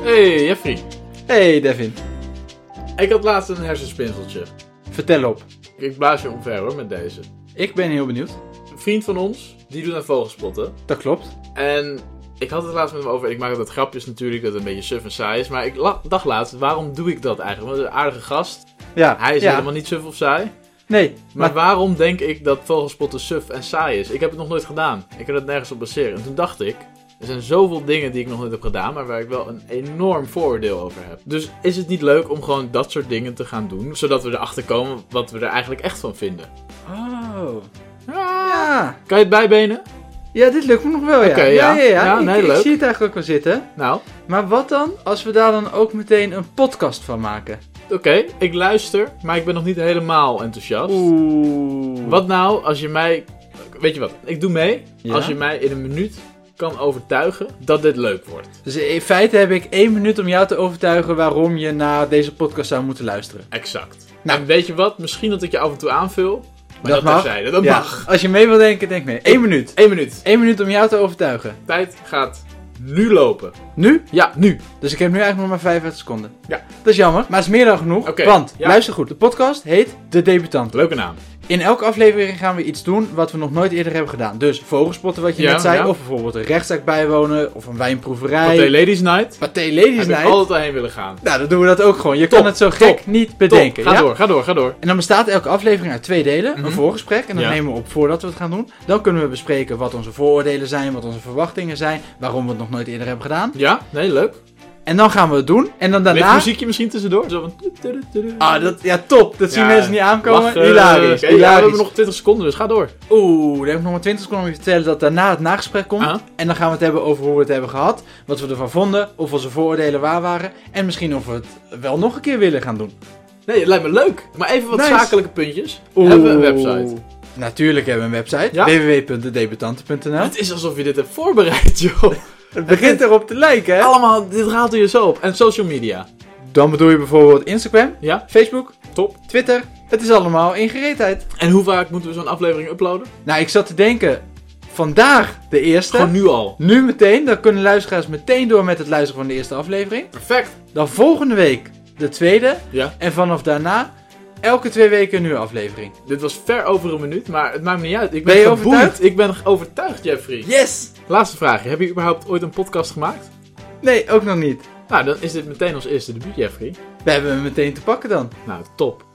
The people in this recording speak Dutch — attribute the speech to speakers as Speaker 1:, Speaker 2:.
Speaker 1: Hey Jeffrey.
Speaker 2: Hey Devin.
Speaker 1: Ik had laatst een hersenspinseltje.
Speaker 2: Vertel op.
Speaker 1: Ik blaas je omver hoor met deze.
Speaker 2: Ik ben heel benieuwd.
Speaker 1: Een vriend van ons, die doet aan vogelspotten.
Speaker 2: Dat klopt.
Speaker 1: En ik had het laatst met hem over. Ik maak altijd grapjes natuurlijk, dat het een beetje suf en saai is. Maar ik dacht laatst, waarom doe ik dat eigenlijk? Want een aardige gast.
Speaker 2: Ja.
Speaker 1: Hij is helemaal niet suf of saai.
Speaker 2: Nee.
Speaker 1: Maar waarom denk ik dat vogelspotten suf en saai is? Ik heb het nog nooit gedaan. Ik kan het nergens op baseren. En toen dacht ik, er zijn zoveel dingen die ik nog nooit heb gedaan, maar waar ik wel een enorm vooroordeel over heb. Dus is het niet leuk om gewoon dat soort dingen te gaan doen, zodat we erachter komen wat we er eigenlijk echt van vinden?
Speaker 2: Oh.
Speaker 1: Ja. Kan je het bijbenen?
Speaker 2: Ja, dit lukt me nog wel, ja.
Speaker 1: Oké,
Speaker 2: ja.
Speaker 1: Nee, leuk.
Speaker 2: Ik zie het eigenlijk ook wel zitten.
Speaker 1: Nou.
Speaker 2: Maar wat dan als we daar dan ook meteen een podcast van maken?
Speaker 1: Oké, ik luister, maar ik ben nog niet helemaal enthousiast.
Speaker 2: Oeh.
Speaker 1: Wat nou als je mij... Weet je wat, ik doe mee
Speaker 2: Ja?
Speaker 1: als je mij in een minuut kan overtuigen dat dit leuk wordt.
Speaker 2: Dus in feite heb ik 1 minuut om jou te overtuigen waarom je naar deze podcast zou moeten luisteren.
Speaker 1: Exact.
Speaker 2: Nou.
Speaker 1: En weet je wat, misschien dat ik je af en toe aanvul, maar dat
Speaker 2: mag.
Speaker 1: terzijde, dat
Speaker 2: Ja,
Speaker 1: mag.
Speaker 2: als je mee wil denken, denk mee. 1 minuut.
Speaker 1: 1 minuut.
Speaker 2: 1 minuut om jou te overtuigen.
Speaker 1: Tijd gaat nu lopen.
Speaker 2: Nu?
Speaker 1: Ja, nu.
Speaker 2: Dus ik heb nu eigenlijk nog maar 55 seconden.
Speaker 1: Ja.
Speaker 2: Dat is jammer, maar het is meer dan genoeg.
Speaker 1: Oké,
Speaker 2: Want,
Speaker 1: ja.
Speaker 2: luister goed, de podcast heet De Debutanten.
Speaker 1: Leuke naam.
Speaker 2: In elke aflevering gaan we iets doen wat we nog nooit eerder hebben gedaan. Dus vogelspotten wat je
Speaker 1: Ja,
Speaker 2: net zei,
Speaker 1: ja.
Speaker 2: of bijvoorbeeld een rechtszaak bijwonen, of een wijnproeverij.
Speaker 1: Pathé Ladies Night.
Speaker 2: Pathé Ladies
Speaker 1: Heb ik
Speaker 2: Night.
Speaker 1: altijd heen willen gaan.
Speaker 2: Nou, dan doen we dat ook gewoon. Je
Speaker 1: Top,
Speaker 2: kan het zo gek
Speaker 1: top,
Speaker 2: niet bedenken.
Speaker 1: Top.
Speaker 2: Ja?
Speaker 1: Ga door.
Speaker 2: En dan bestaat elke aflevering uit 2 delen.
Speaker 1: Mhm.
Speaker 2: Een voorgesprek. En dat
Speaker 1: Ja.
Speaker 2: nemen we op voordat we het gaan doen. Dan kunnen we bespreken wat onze vooroordelen zijn, wat onze verwachtingen zijn, waarom we het nog nooit eerder hebben gedaan.
Speaker 1: Ja, nee, leuk.
Speaker 2: En dan gaan we het doen. En dan
Speaker 1: Ligt
Speaker 2: daarna...
Speaker 1: muziekje misschien tussendoor? Zo van...
Speaker 2: Ja, top. Dat zien
Speaker 1: Ja,
Speaker 2: mensen niet aankomen.
Speaker 1: lachen.
Speaker 2: Hilarisch.
Speaker 1: Oké, ja, we hebben nog 20 seconden, dus ga door.
Speaker 2: Oeh, dan heb ik nog maar 20 seconden om je te vertellen dat daarna het nagesprek komt.
Speaker 1: Ah.
Speaker 2: En dan gaan we het hebben over hoe we het hebben gehad. Wat we ervan vonden. Of onze vooroordelen waar waren. En misschien of we het wel nog een keer willen gaan doen.
Speaker 1: Nee, het lijkt me leuk. Maar even wat
Speaker 2: Nice.
Speaker 1: zakelijke puntjes. Hebben we een website?
Speaker 2: Natuurlijk hebben we een website.
Speaker 1: Ja?
Speaker 2: www.dedebutanten.nl.
Speaker 1: Het is alsof je dit hebt voorbereid, joh.
Speaker 2: Het begint erop te lijken, hè?
Speaker 1: Allemaal, dit raalt je zo op. En social media.
Speaker 2: Dan bedoel je bijvoorbeeld Instagram,
Speaker 1: Ja,
Speaker 2: Facebook,
Speaker 1: top.
Speaker 2: Twitter. Het is allemaal in gereedheid.
Speaker 1: En hoe vaak moeten we zo'n aflevering uploaden?
Speaker 2: Nou, ik zat te denken, vandaag de eerste.
Speaker 1: Gewoon nu al.
Speaker 2: Nu meteen, dan kunnen luisteraars meteen door met het luisteren van de eerste aflevering.
Speaker 1: Perfect.
Speaker 2: Dan volgende week de tweede.
Speaker 1: Ja,
Speaker 2: En vanaf daarna, elke 2 weken een nieuwe aflevering.
Speaker 1: dit was ver over een minuut, maar het maakt me niet uit. Ik
Speaker 2: Ben je
Speaker 1: geboeid.
Speaker 2: overtuigd?
Speaker 1: Ik ben overtuigd, Jeffrey.
Speaker 2: Yes!
Speaker 1: Laatste vraag. Heb je überhaupt ooit een podcast gemaakt?
Speaker 2: Nee, ook nog niet.
Speaker 1: Nou, dan is dit meteen ons eerste debuut, Jeffrey.
Speaker 2: We hebben hem meteen te pakken dan.
Speaker 1: Nou, top.